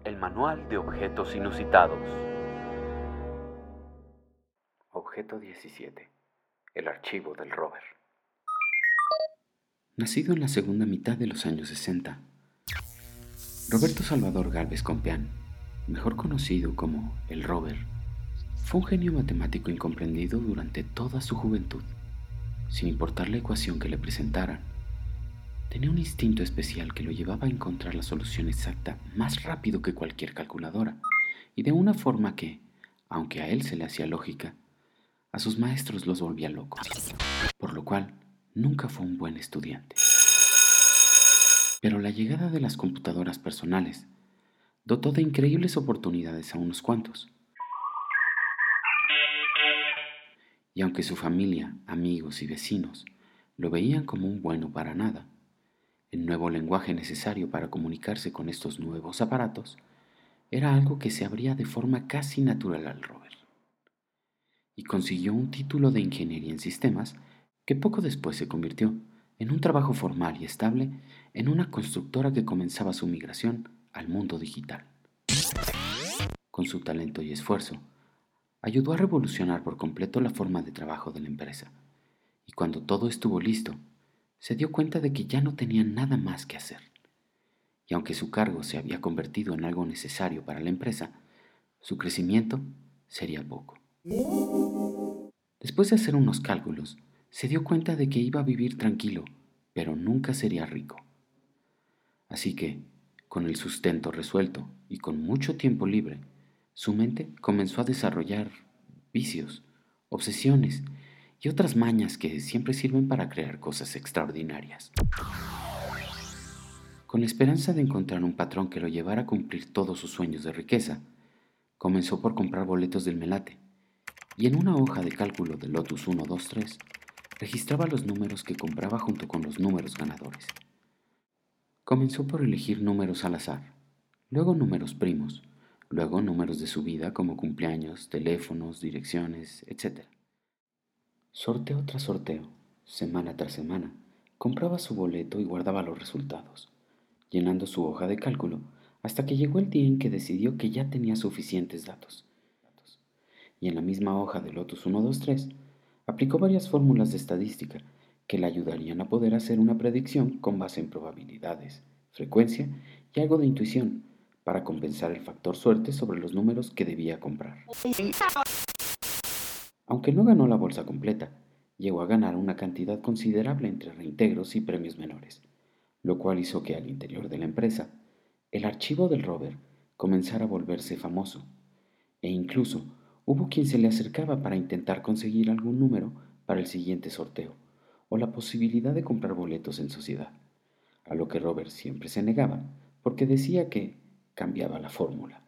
El manual de objetos inusitados. Objeto 17. El archivo del rover. Nacido en la segunda mitad de los años 60, Roberto Salvador Gálvez Compeán, mejor conocido como el Rover, fue un genio matemático incomprendido durante toda su juventud. Sin importar la ecuación que le presentaran, tenía un instinto especial que lo llevaba a encontrar la solución exacta más rápido que cualquier calculadora, y de una forma que, aunque a él se le hacía lógica, a sus maestros los volvía locos, por lo cual nunca fue un buen estudiante. Pero la llegada de las computadoras personales dotó de increíbles oportunidades a unos cuantos. Y aunque su familia, amigos y vecinos lo veían como un bueno para nada, el nuevo lenguaje necesario para comunicarse con estos nuevos aparatos era algo que se abría de forma casi natural al rover. Y consiguió un título de ingeniería en sistemas que poco después se convirtió en un trabajo formal y estable en una constructora que comenzaba su migración al mundo digital. Con su talento y esfuerzo, ayudó a revolucionar por completo la forma de trabajo de la empresa, y cuando todo estuvo listo, se dio cuenta de que ya no tenía nada más que hacer. Y aunque su cargo se había convertido en algo necesario para la empresa, su crecimiento sería poco. Después de hacer unos cálculos, se dio cuenta de que iba a vivir tranquilo, pero nunca sería rico. Así que, con el sustento resuelto y con mucho tiempo libre, su mente comenzó a desarrollar vicios, obsesiones y otras mañas que siempre sirven para crear cosas extraordinarias. Con la esperanza de encontrar un patrón que lo llevara a cumplir todos sus sueños de riqueza, comenzó por comprar boletos del Melate y en una hoja de cálculo de Lotus 1, 2, 3 registraba los números que compraba junto con los números ganadores. Comenzó por elegir números al azar, luego números primos, luego números de su vida como cumpleaños, teléfonos, direcciones, etc. Sorteo tras sorteo, semana tras semana, compraba su boleto y guardaba los resultados, llenando su hoja de cálculo hasta que llegó el día en que decidió que ya tenía suficientes datos. Y en la misma hoja de Lotus 1, 2, 3, aplicó varias fórmulas de estadística que le ayudarían a poder hacer una predicción con base en probabilidades, frecuencia y algo de intuición para compensar el factor suerte sobre los números que debía comprar. Aunque no ganó la bolsa completa, llegó a ganar una cantidad considerable entre reintegros y premios menores, lo cual hizo que al interior de la empresa, el archivo del rover comenzara a volverse famoso, e incluso hubo quien se le acercaba para intentar conseguir algún número para el siguiente sorteo, o la posibilidad de comprar boletos en sociedad, a lo que Robert siempre se negaba, porque decía que cambiaba la fórmula.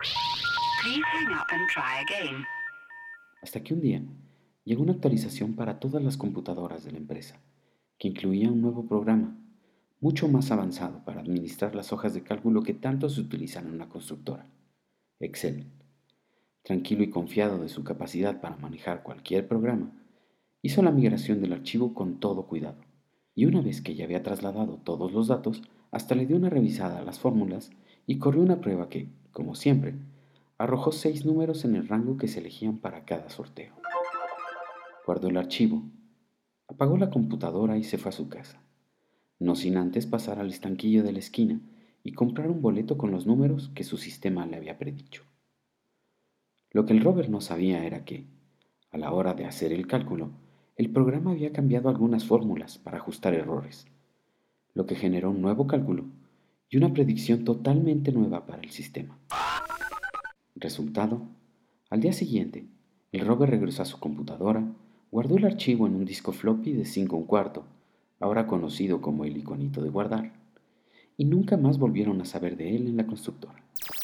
Hasta que un día llegó una actualización para todas las computadoras de la empresa, que incluía un nuevo programa, mucho más avanzado para administrar las hojas de cálculo que tanto se utilizan en una constructora, Excel. Tranquilo y confiado de su capacidad para manejar cualquier programa, hizo la migración del archivo con todo cuidado, y una vez que ya había trasladado todos los datos, hasta le dio una revisada a las fórmulas y corrió una prueba que, como siempre, arrojó 6 números en el rango que se elegían para cada sorteo. Guardó el archivo, apagó la computadora y se fue a su casa, no sin antes pasar al estanquillo de la esquina y comprar un boleto con los números que su sistema le había predicho. Lo que el rover no sabía era que, a la hora de hacer el cálculo, el programa había cambiado algunas fórmulas para ajustar errores, lo que generó un nuevo cálculo y una predicción totalmente nueva para el sistema. Resultado, al día siguiente, el rover regresó a su computadora, guardó el archivo en un disco floppy de 5 1/4, ahora conocido como el iconito de guardar, y nunca más volvieron a saber de él en la constructora.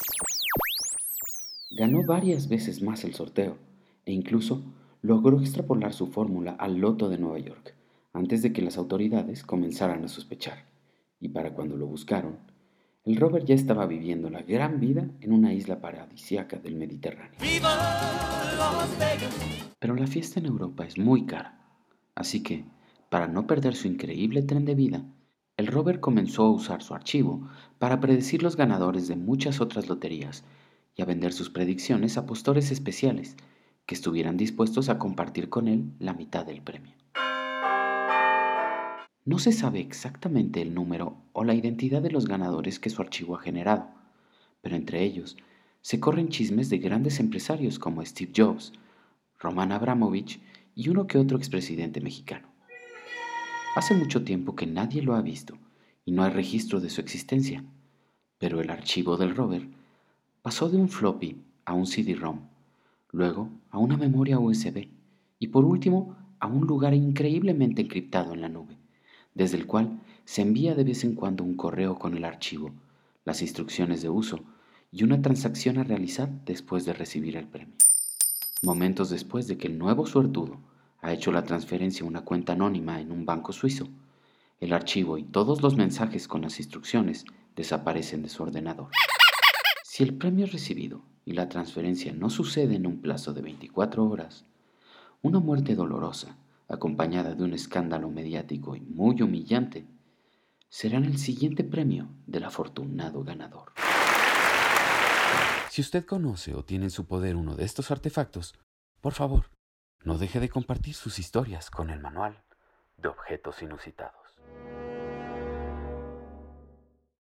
Ganó varias veces más el sorteo e incluso logró extrapolar su fórmula al loto de Nueva York antes de que las autoridades comenzaran a sospechar, y para cuando lo buscaron, el rover ya estaba viviendo la gran vida en una isla paradisíaca del Mediterráneo. Pero la fiesta en Europa es muy cara, así que, para no perder su increíble tren de vida, El rover comenzó a usar su archivo para predecir los ganadores de muchas otras loterías y a vender sus predicciones a postores especiales que estuvieran dispuestos a compartir con él la mitad del premio. No se sabe exactamente el número o la identidad de los ganadores que su archivo ha generado, pero entre ellos se corren chismes de grandes empresarios como Steve Jobs, Roman Abramovich y uno que otro expresidente mexicano. Hace mucho tiempo que nadie lo ha visto y no hay registro de su existencia, pero el archivo del rover pasó de un floppy a un CD-ROM, luego a una memoria USB y por último a un lugar increíblemente encriptado en la nube, desde el cual se envía de vez en cuando un correo con el archivo, las instrucciones de uso y una transacción a realizar después de recibir el premio. Momentos después de que el nuevo suertudo ha hecho la transferencia a una cuenta anónima en un banco suizo, el archivo y todos los mensajes con las instrucciones desaparecen de su ordenador. Si el premio es recibido y la transferencia no sucede en un plazo de 24 horas, una muerte dolorosa, acompañada de un escándalo mediático y muy humillante, serán el siguiente premio del afortunado ganador. Si usted conoce o tiene en su poder uno de estos artefactos, por favor, no deje de compartir sus historias con el manual de objetos inusitados.